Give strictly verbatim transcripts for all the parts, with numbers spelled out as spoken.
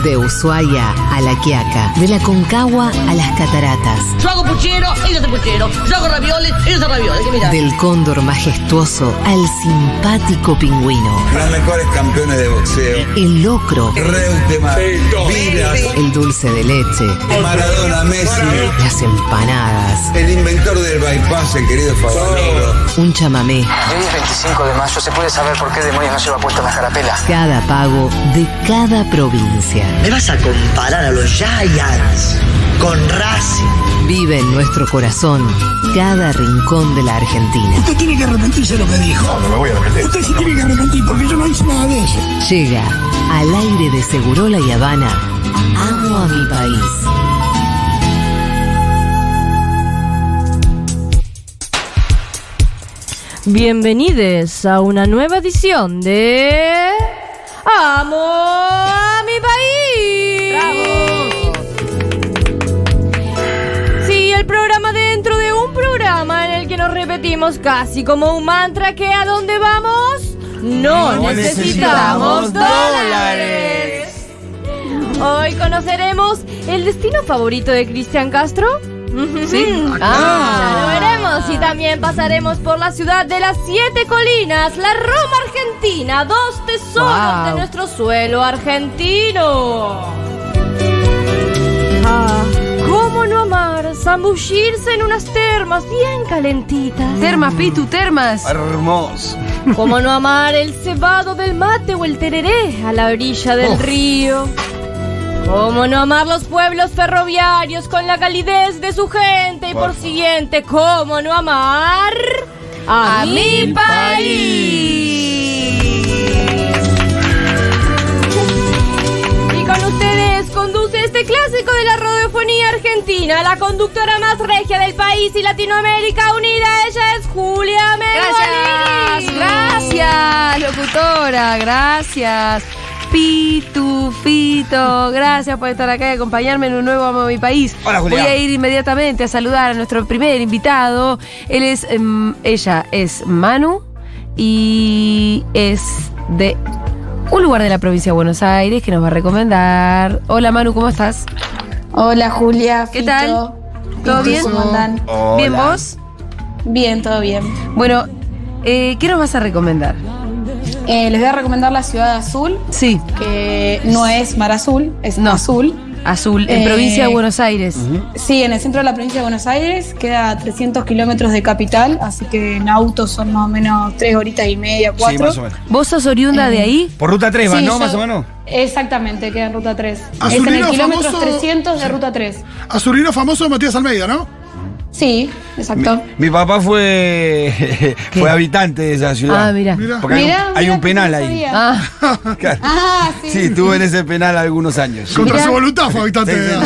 De Ushuaia a La Quiaca, de la Concagua a las Cataratas. Yo hago puchero, ellos hacen puchero. Yo hago ravioles, ellos hacen ravioles. ¿Qué mirá? Del cóndor majestuoso al simpático pingüino. Los mejores campeones de boxeo. El locro. Reutemann. Vilas. El dulce de leche. Maradona, Messi. Las empanadas. El inventor del bypass, el querido Favaloro. Un chamamé. Hoy es veinticinco de mayo, ¿se puede saber por qué demonios no lleva puesta la jarapela? Cada pago de cada provincia. ¿Me vas a comparar a los Giants con Racing? Vive en nuestro corazón cada rincón de la Argentina. Usted tiene que arrepentirse de lo que dijo. No, no me voy a arrepentir. Usted sí tiene que arrepentir porque yo no hice nada de eso. Llega al aire de Segurola y Habana. Amo a mi país. Bienvenidos a una nueva edición de Amo a mi país. ¡Bravo! Sí, el programa dentro de un programa en el que nos repetimos casi como un mantra que a dónde vamos no, no necesitamos, necesitamos dólares. Hoy conoceremos el destino favorito de Cristian Castro. ¿Sí? Ah, ya lo veremos. Y también pasaremos por la ciudad de las siete colinas, la Roma argentina, dos tesoros wow. de nuestro suelo argentino. Ah, ¿cómo no amar zambullirse en unas termas bien calentitas? Termas, Pitu, termas. Hermoso. ¿Cómo no amar el cebado del mate o el tereré a la orilla del oh. río? ¿Cómo no amar los pueblos ferroviarios con la calidez de su gente? Y por siguiente, ¿cómo no amar a, a mi país? Y con ustedes conduce este clásico de la radiofonía argentina, la conductora más regia del país y Latinoamérica unida. Ella es Julia Mengolini. Gracias, gracias, locutora, gracias. Pitufito, gracias por estar acá y acompañarme en un nuevo Amo a mi país. Hola, Julia. Voy a ir inmediatamente a saludar a nuestro primer invitado. Él es, um, ella es Manu y es de un lugar de la provincia de Buenos Aires que nos va a recomendar. Hola Manu, ¿cómo estás? Hola Julia, ¿qué Fito. tal? ¿Todo bien? ¿Cómo andan? Hola. ¿Bien vos? Bien, todo bien. Bueno, eh, ¿qué nos vas a recomendar? Eh, les voy a recomendar la Ciudad Azul. Sí. Que no es Mar Azul, es no. Azul. Azul, en eh, provincia de Buenos Aires. Uh-huh. Sí, en el centro de la provincia de Buenos Aires. Queda a trescientos kilómetros de capital, así que en auto son más o menos tres horitas y media, cuatro. Sí, más o menos. ¿Vos sos oriunda eh, de ahí? Por ruta tres, sí, ¿no? Yo, más o menos. Exactamente, queda en ruta tres. Azulino es en el kilómetro famoso, trescientos de sí. ruta tres. Azulino famoso de Matías Almeida, ¿no? Sí, exacto. Mi, mi papá fue fue habitante de esa ciudad. Ah, mira. Porque mirá, hay un, hay mirá un penal no ahí. Ah. Claro. Ah, sí. Sí, estuve en ese penal algunos años. Contra Mirá. su voluntad fue habitante de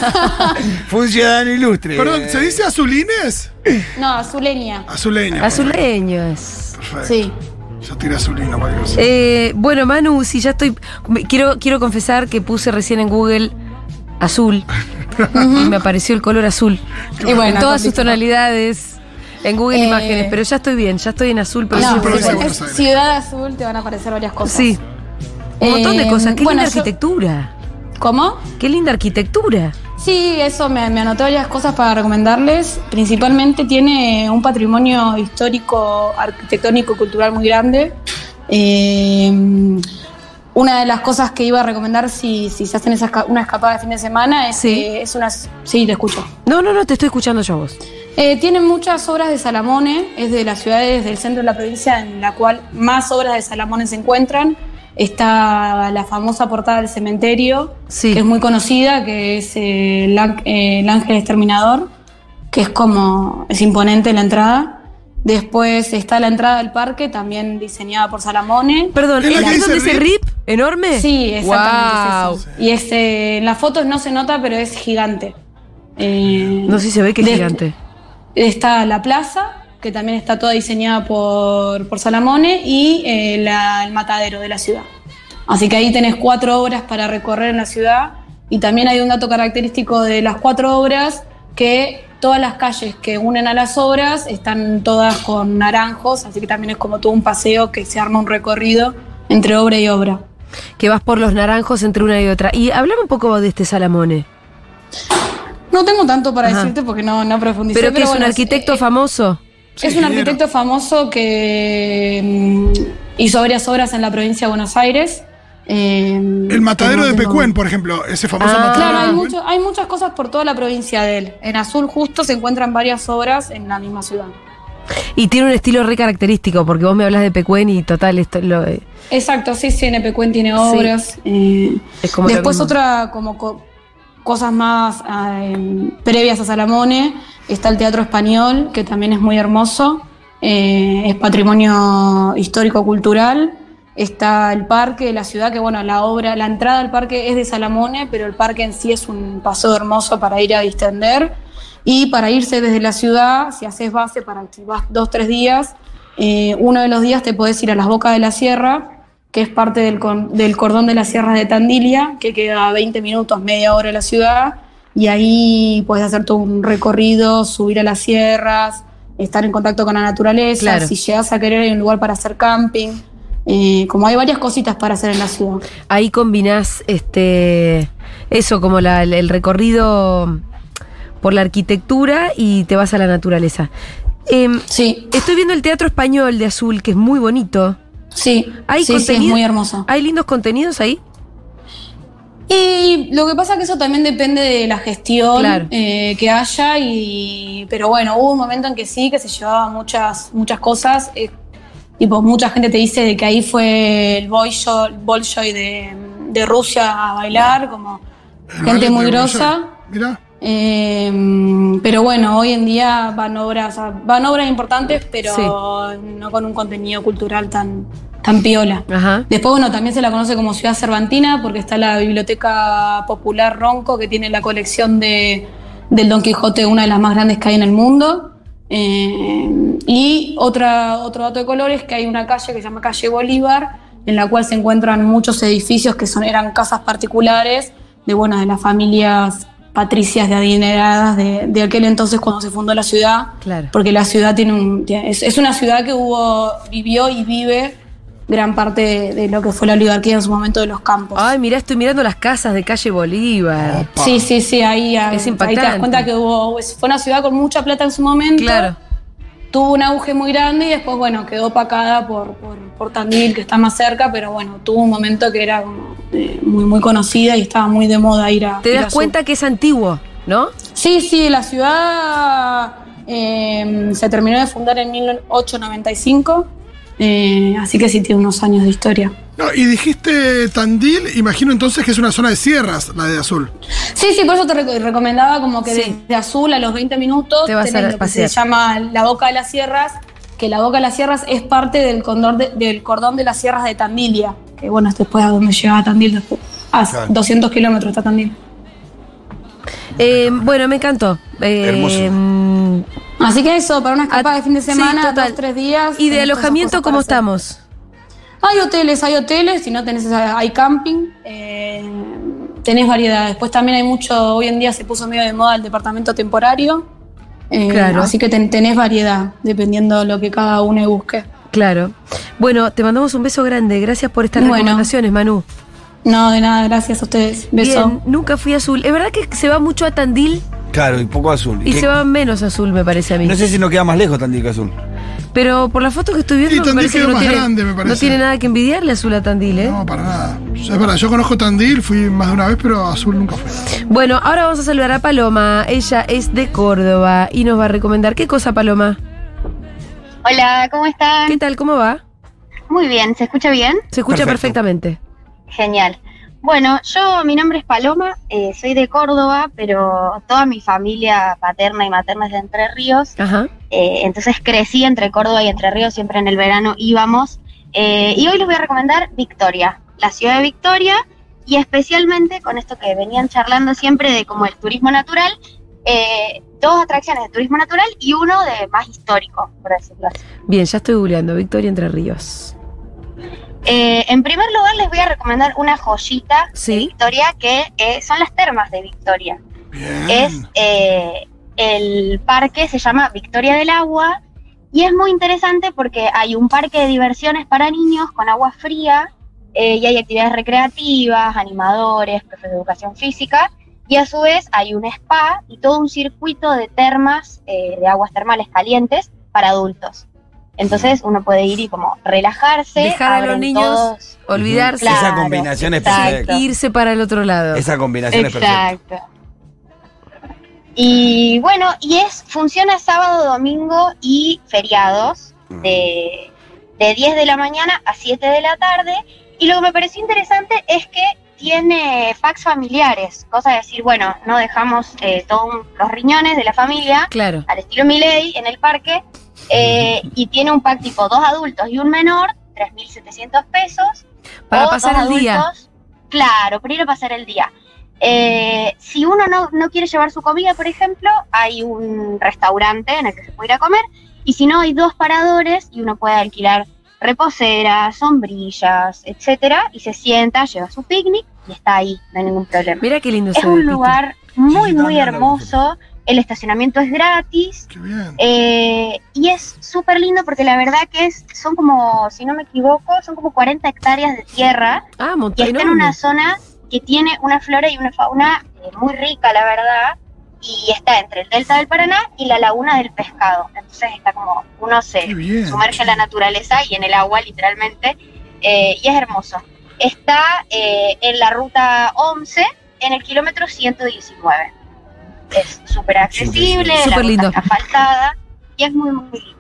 Fue un ciudadano ilustre. Perdón, ¿se dice azulines? No, azuleña. Azuleño. Azuleños. Perfecto. Sí. Yo tiré azulino para que Eh, bueno, Manu, si ya estoy. Quiero, quiero confesar que puse recién en Google azul y me apareció el color azul. Y bueno, en todas sus complicado. tonalidades en Google Eh, Imágenes, pero ya estoy bien, ya estoy en azul. Pero No, sí, pero si provincia de pones Buenos Aires. Ciudad Azul te van a aparecer varias cosas. sí. Un montón de Eh, cosas. Qué bueno, linda yo- arquitectura. ¿Cómo? Qué linda arquitectura. Sí, eso me, me anoté varias cosas para recomendarles. Principalmente tiene un patrimonio histórico, arquitectónico, cultural muy grande. Eh, una de las cosas que iba a recomendar si, si se hacen esa, una escapada de fin de semana es Sí. que es una... Sí, te escucho. No, no, no, te estoy escuchando yo a vos. Eh, tiene muchas obras de Salamone, es de las ciudades del centro de la provincia en la cual más obras de Salamone se encuentran. Está la famosa portada del cementerio, Sí. que es muy conocida, que es eh, el, án- eh, el Ángel Exterminador, que es como, es imponente la entrada. Después está la entrada del parque, también diseñada por Salamone. Perdón, ¿Es la ¿es que ahí dice donde dice R I P? R I P? ¿Enorme? Sí, exactamente. Wow. Es eso. Y es, eh, en las fotos no se nota, pero es gigante. Eh, No sé si se ve que es de- gigante. Está la plaza, que también está toda diseñada por, por Salamone, y eh, la- el matadero de la ciudad. Así que ahí tenés cuatro obras para recorrer en la ciudad. Y también hay un dato característico de las cuatro obras, que todas las calles que unen a las obras están todas con naranjos, así que también es como todo un paseo que se arma un recorrido entre obra y obra. Que vas por los naranjos entre una y otra. Y hablame un poco de este Salamone. No tengo tanto para Ajá. decirte porque no, no profundicé. ¿Pero que es un bueno, arquitecto eh, famoso? Sí, es un ingeniero. arquitecto famoso que mm, hizo varias obras en la provincia de Buenos Aires. Eh, El matadero no de tengo- Pecuén, por ejemplo, ese famoso Ah. matadero Claro, de hay, Pecuén. mucho- hay muchas cosas por toda la provincia de él. En Azul justo se encuentran varias obras en la misma ciudad. Y tiene un estilo re característico, porque vos me hablas de Pecuén y total, esto lo, eh, Exacto, sí, sí, en Epecuén tiene obras. eh, es como lo Después mismo. otra, como co- cosas más eh, previas a Salamone, está el Teatro Español, que también es muy hermoso, eh, es patrimonio histórico-cultural. Está el parque de la ciudad, que bueno, la obra, la entrada al parque es de Salamone, pero el parque en sí es un paseo hermoso para ir a distender. Y para irse desde la ciudad, si haces base, para si vas dos, tres días, eh, uno de los días te podés ir a las Bocas de la Sierra, que es parte del, con- del cordón de las sierras de Tandilia, que queda a veinte minutos, media hora de la ciudad, y ahí puedes hacer todo un recorrido, subir a las sierras, estar en contacto con la naturaleza. Claro. Si llegas a querer, hay un lugar para hacer camping. Eh, como hay varias cositas para hacer en la ciudad. Ahí combinás este, eso, como la- el, el recorrido por la arquitectura y te vas a la naturaleza. Em, Sí, estoy viendo el Teatro Español de Azul, que es muy bonito. sí, ¿Hay sí, sí, es contenido? muy hermoso. ¿Hay lindos contenidos ahí? Y lo que pasa es que eso también depende de la gestión Claro. eh, que haya, y, pero bueno, hubo un momento en que sí, que se llevaba muchas, muchas cosas. eh, tipo, mucha gente te dice de que ahí fue el Bolshoi, Bolshoi de, de Rusia a bailar, como El gente ballet muy de grosa. Bolshoi. Mirá. Eh, pero bueno, hoy en día van obras, o sea, van obras importantes, pero Sí. no con un contenido cultural tan, tan piola. Ajá. Después, bueno, también se la conoce como Ciudad Cervantina porque está la Biblioteca Popular Ronco, que tiene la colección de, del Don Quijote, una de las más grandes que hay en el mundo. Eh, y otra, otro dato de color es que hay una calle que se llama Calle Bolívar, en la cual se encuentran muchos edificios que son, eran casas particulares de, bueno, de las familias patricias de adineradas de, de aquel entonces cuando se fundó la ciudad. Claro. Porque la ciudad tiene un, tiene- es, es una ciudad que hubo, vivió y vive gran parte de, de lo que fue la oligarquía en su momento de los campos. Ay, mirá, estoy mirando las casas de Calle Bolívar. Opa. Sí, sí, sí, ahí, ahí Es te impactante. das cuenta que hubo, fue una ciudad con mucha plata en su momento. Claro. Tuvo un auge muy grande y después, bueno, quedó opacada por, por, por Tandil, que está más cerca, pero bueno, tuvo un momento que era como, eh, muy, muy conocida y estaba muy de moda ir a. Te ir das a su- cuenta que es antiguo, ¿no? Sí, sí, la ciudad eh, se terminó de fundar en mil ochocientos noventa y cinco, eh, así que sí tiene unos años de historia. No, y dijiste Tandil, imagino entonces que es una zona de sierras, la de Azul. Sí, sí, por eso te reco- recomendaba como que Sí. desde Azul a los veinte minutos Te vas tenés a lo que pasear. se llama la Boca de las Sierras, que la Boca de las Sierras es parte del, condor de- del cordón de las sierras de Tandilia, que bueno, es después a donde llegaba Tandil después. Ah, Claro. doscientos kilómetros está Tandil. Eh, bueno, me encantó. Eh, Hermoso. Así que eso, para una escapada Ah, de fin de sí, semana, total. dos, tres días. ¿Y de tenés todas esas alojamiento cosas cómo para hacer. estamos? Hay hoteles, hay hoteles, si no tenés, hay camping, eh, tenés variedad. Después también hay mucho, hoy en día se puso medio de moda el departamento temporario, eh, Claro. así que ten- tenés variedad, dependiendo de lo que cada uno busque. Claro. Bueno, te mandamos un beso grande. Gracias por estas Bueno. recomendaciones, Manu. No, de nada, gracias a ustedes. Beso. Bien, nunca fui a Azul. Es verdad que se va mucho a Tandil Claro, y poco azul. y ¿Qué- se va menos a Azul, me parece a mí. No sé si no queda más lejos Tandil que azul. Pero por la foto que estoy viendo, Y me Tandil parece que quedó no más tiene, grande, me parece. no tiene nada que envidiarle Azul a Tandil, ¿eh? No, para nada. Es verdad, yo conozco Tandil, fui más de una vez, pero Azul nunca fui. Bueno, ahora vamos a saludar a Paloma. Ella es de Córdoba y nos va a recomendar. ¿Qué cosa, Paloma? Hola, ¿cómo están? ¿Qué tal? ¿Cómo va? Muy bien, ¿se escucha bien? Se escucha Perfecto. perfectamente. Genial. Bueno, yo, mi nombre es Paloma, eh, soy de Córdoba, pero toda mi familia paterna y materna es de Entre Ríos, Ajá. eh, entonces crecí entre Córdoba y Entre Ríos, siempre en el verano íbamos, eh, y hoy les voy a recomendar Victoria, la ciudad de Victoria, y especialmente con esto que venían charlando siempre de como el turismo natural, eh, dos atracciones de turismo natural y uno de más histórico, por decirlo así. Bien, ya estoy googleando. Victoria Entre Ríos. Eh, en primer lugar les voy a recomendar una joyita Sí. de Victoria que eh, son las termas de Victoria. Bien. Es eh, el parque, se llama Victoria del Agua y es muy interesante porque hay un parque de diversiones para niños con agua fría eh, y hay actividades recreativas, animadores, profes de educación física, y a su vez hay un spa y todo un circuito de termas, eh, de aguas termales calientes para adultos. Entonces uno puede ir y como relajarse. Dejar a los abren niños, todos. olvidarse. Claro, Esa combinación es exacto. perfecta. Irse para el otro lado. Esa combinación es perfecta. Exacto. Y bueno, y es funciona sábado, domingo y feriados de, de diez de la mañana a siete de la tarde. Y lo que me pareció interesante es que tiene packs familiares, cosa de decir, bueno, no dejamos eh, todos los riñones de la familia, Claro. al estilo Milei en el parque, eh, y tiene un pack tipo dos adultos y un menor, tres mil setecientos pesos. Para o pasar dos el día. adultos, claro, para ir a pasar el día. Eh, si uno no, no quiere llevar su comida, por ejemplo, hay un restaurante en el que se puede ir a comer, y si no, hay dos paradores y uno puede alquilar reposeras, sombrillas, etcétera, y se sienta, lleva su picnic y está ahí, no hay ningún problema. Mira qué lindo Es se ve, un Piti. lugar muy, Sí, muy también lo hermoso, el estacionamiento es gratis, Qué bien. eh, y es súper lindo porque la verdad que es, son como, si no me equivoco, son como cuarenta hectáreas de tierra, Ah, y montón está en enorme. una zona que tiene una flora y una fauna eh, muy rica, la verdad, y está entre el delta del Paraná y la laguna del Pescado. Entonces está como, uno se Qué bien. sumerge en la naturaleza y en el agua, literalmente, eh, y es hermoso. Está eh, en la ruta once, en el kilómetro ciento diecinueve. Es súper accesible, la Súper ruta lindo. está asfaltada, y es muy, muy lindo.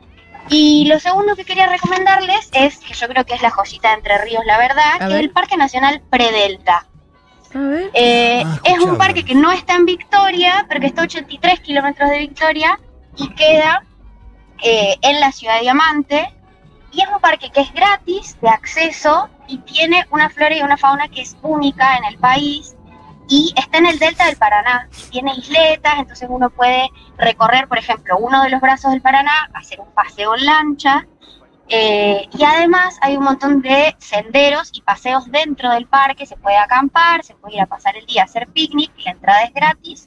Y lo segundo que quería recomendarles es, que yo creo que es la joyita de Entre Ríos, la verdad, A que ver. es el Parque Nacional Predelta. A ver. Eh, Ah, es un escuchaba. parque que no está en Victoria, pero que está a ochenta y tres kilómetros de Victoria y queda eh, en la ciudad de Diamante. Y es un parque que es gratis, de acceso, y tiene una flora y una fauna que es única en el país. Y está en el delta del Paraná, y tiene isletas, entonces uno puede recorrer, por ejemplo, uno de los brazos del Paraná, hacer un paseo en lancha. Eh, y además hay un montón de senderos y paseos dentro del parque, se puede acampar, se puede ir a pasar el día a hacer picnic, la entrada es gratis.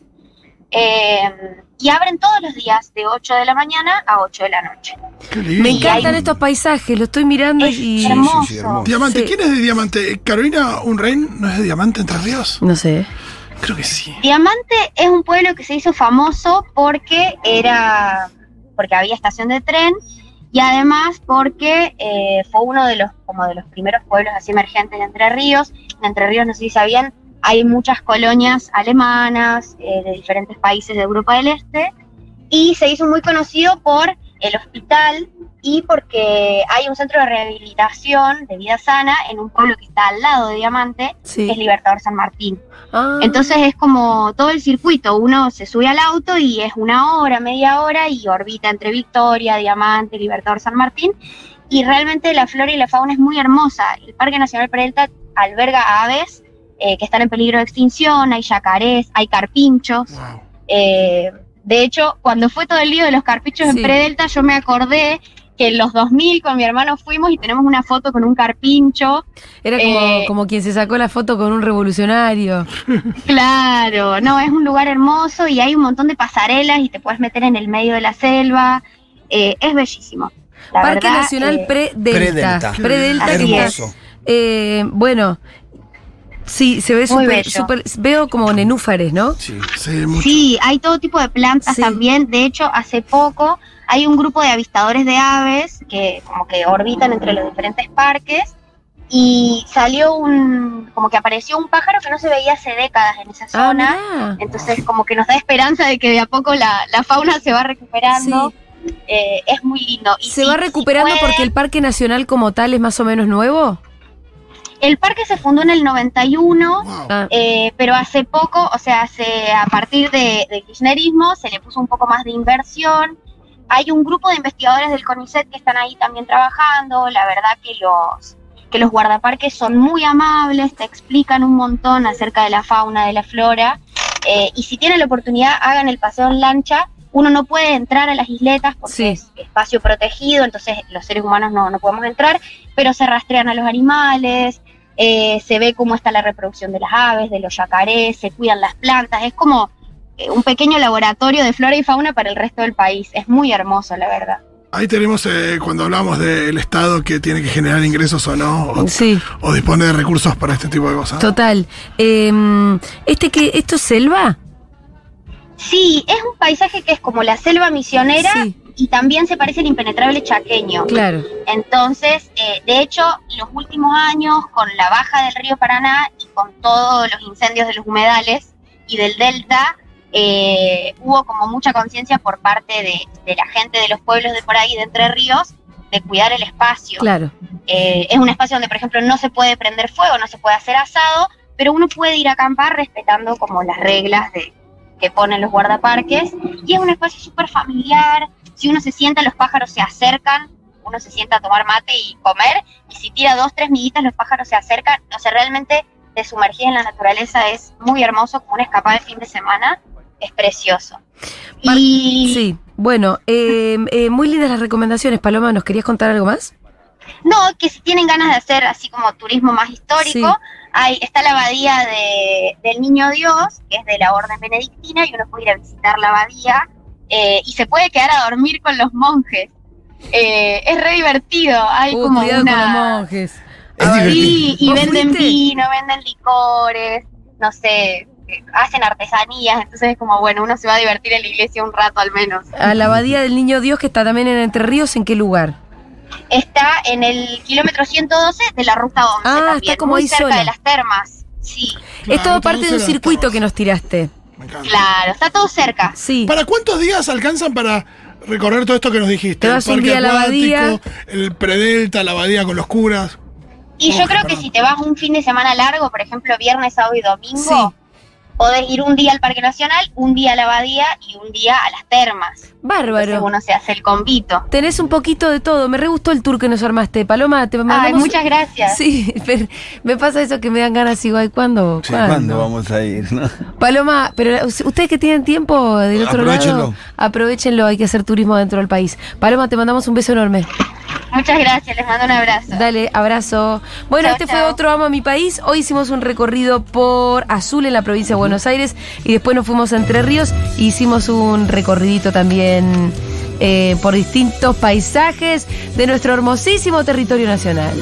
Eh, y abren todos los días de ocho de la mañana a ocho de la noche. Qué lindo. Me y encantan hay- estos paisajes, lo estoy mirando Es y... hermoso. sí, hermoso. Diamante, Sí. ¿quién es de Diamante? ¿Carolina Unrein no es de Diamante, Entre Ríos? No sé. Creo que sí. Diamante es un pueblo que se hizo famoso porque era porque había estación de tren y además porque eh, fue uno de los como de los primeros pueblos así emergentes de Entre Ríos. En Entre Ríos, no sé si sabían, hay muchas colonias alemanas eh, de diferentes países de Europa del Este y se hizo muy conocido por el hospital y porque hay un centro de rehabilitación de vida sana en un pueblo que está al lado de Diamante, Sí. que es Libertador San Martín. Ah. Entonces es como todo el circuito, uno se sube al auto y es una hora, media hora y orbita entre Victoria, Diamante, Libertador San Martín y realmente la flora y la fauna es muy hermosa. El Parque Nacional Predelta alberga aves eh, que están en peligro de extinción, hay yacarés, hay carpinchos. Wow. Eh, de hecho, cuando fue todo el lío de los carpinchos Sí. en Predelta, yo me acordé que en los dos mil con mi hermano fuimos y tenemos una foto con un carpincho. Era como, eh, como quien se sacó la foto con un revolucionario. Claro, no, es un lugar hermoso y hay un montón de pasarelas y te puedes meter en el medio de la selva. Eh, es bellísimo. La Parque verdad, Nacional eh, Predelta. Predelta. Predelta Así que es. Hermoso. Eh, bueno, sí, se ve Muy súper, bello. súper. Veo como nenúfares, ¿no? Sí. Sí, mucho. Sí, hay todo tipo de plantas Sí. también. De hecho, hace poco hay un grupo de avistadores de aves que como que orbitan entre los diferentes parques y salió un, como que apareció un pájaro que no se veía hace décadas en esa Ah, zona. mirá. Entonces como que nos da esperanza de que de a poco la, la fauna se va recuperando. Sí. Eh, es muy lindo. Y ¿Se si- va si recuperando pueden- porque el Parque Nacional como tal es más o menos nuevo? El parque se fundó en el noventa y uno, Wow. Ah, eh, pero hace poco, o sea, hace, a partir de, del kirchnerismo se le puso un poco más de inversión. Hay un grupo de investigadores del CONICET que están ahí también trabajando. La verdad que los, que los guardaparques son muy amables, te explican un montón acerca de la fauna, de la flora. Eh, y si tienen la oportunidad, hagan el paseo en lancha. Uno no puede entrar a las isletas porque Sí. es espacio protegido, entonces los seres humanos no, no podemos entrar, pero se rastrean a los animales, eh, se ve cómo está la reproducción de las aves, de los yacarés, se cuidan las plantas, es como eh, un pequeño laboratorio de flora y fauna para el resto del país, es muy hermoso, la verdad. Ahí tenemos eh, cuando hablamos del Estado que tiene que generar ingresos o no, o, Sí. o dispone de recursos para este tipo de cosas. Total. Eh, este que, ¿esto es selva? Sí, es un paisaje que es como la selva misionera Sí. y también se parece al impenetrable chaqueño. Claro. Entonces, eh, de hecho, los últimos años, con la baja del río Paraná y con todos los incendios de los humedales y del delta, eh, hubo como mucha conciencia por parte de, de la gente de los pueblos de por ahí, de Entre Ríos, de cuidar el espacio. Claro. Eh, es un espacio donde, por ejemplo, no se puede prender fuego, no se puede hacer asado, pero uno puede ir a acampar respetando como las reglas de, que ponen los guardaparques, y es un espacio súper familiar. Si uno se sienta, los pájaros se acercan, uno se sienta a tomar mate y comer, y si tira dos, tres miguitas, los pájaros se acercan. O sea, realmente te sumergir en la naturaleza es muy hermoso, como una escapada de fin de semana, es precioso. Mar- Y Sí, bueno, eh, eh, muy lindas las recomendaciones. Paloma, ¿nos querías contar algo más? no, que si tienen ganas de hacer así como turismo más histórico, Sí. hay, está la abadía de, del Niño Dios, que es de la Orden Benedictina, y uno puede ir a visitar la abadía eh, y se puede quedar a dormir con los monjes. Eh, es re divertido, hay Uh, como cuidado una... con los monjes. Es A ver, Sí, y ¿vos venden fuiste? vino, venden licores, no sé, eh, hacen artesanías, entonces es como, bueno, uno se va a divertir en la iglesia un rato al menos. A la abadía del Niño Dios, que está también en Entre Ríos, ¿en qué lugar? Está en el kilómetro ciento doce de la ruta once Ah, también, está como muy ahí cerca sola. de las termas. Sí, Claro, Es todo está parte de un cerca, circuito está que nos tiraste. Me encanta. claro, está todo cerca. Sí. ¿Para cuántos días alcanzan para recorrer todo esto que nos dijiste? Te vas El un parque día a la acuático, abadía. el predelta, la abadía con los curas. Y Oh, yo creo que perdón. si te vas un fin de semana largo, por ejemplo, viernes, sábado y domingo, Sí. podés ir un día al Parque Nacional, un día a la abadía y un día a las termas. Entonces Bárbaro. uno se hace el convito. Tenés un poquito de todo. Me re gustó el tour que nos armaste. Paloma, te mandamos... Ay, muchas gracias. Sí, pero me pasa eso que me dan ganas igual. ¿Cuándo? Sí, ¿cuándo vamos a ir? ¿no? Paloma, pero ustedes que tienen tiempo del otro Aprovechenlo. lado, aprovechenlo, hay que hacer turismo dentro del país. Paloma, te mandamos un beso enorme. Muchas gracias, les mando un abrazo. Dale, abrazo. Bueno, Chau, este chau. fue otro Amo a mi país. Hoy hicimos un recorrido por Azul en la provincia de Buenos Aires y después nos fuimos a Entre Ríos e hicimos un recorridito también eh, por distintos paisajes de nuestro hermosísimo territorio nacional.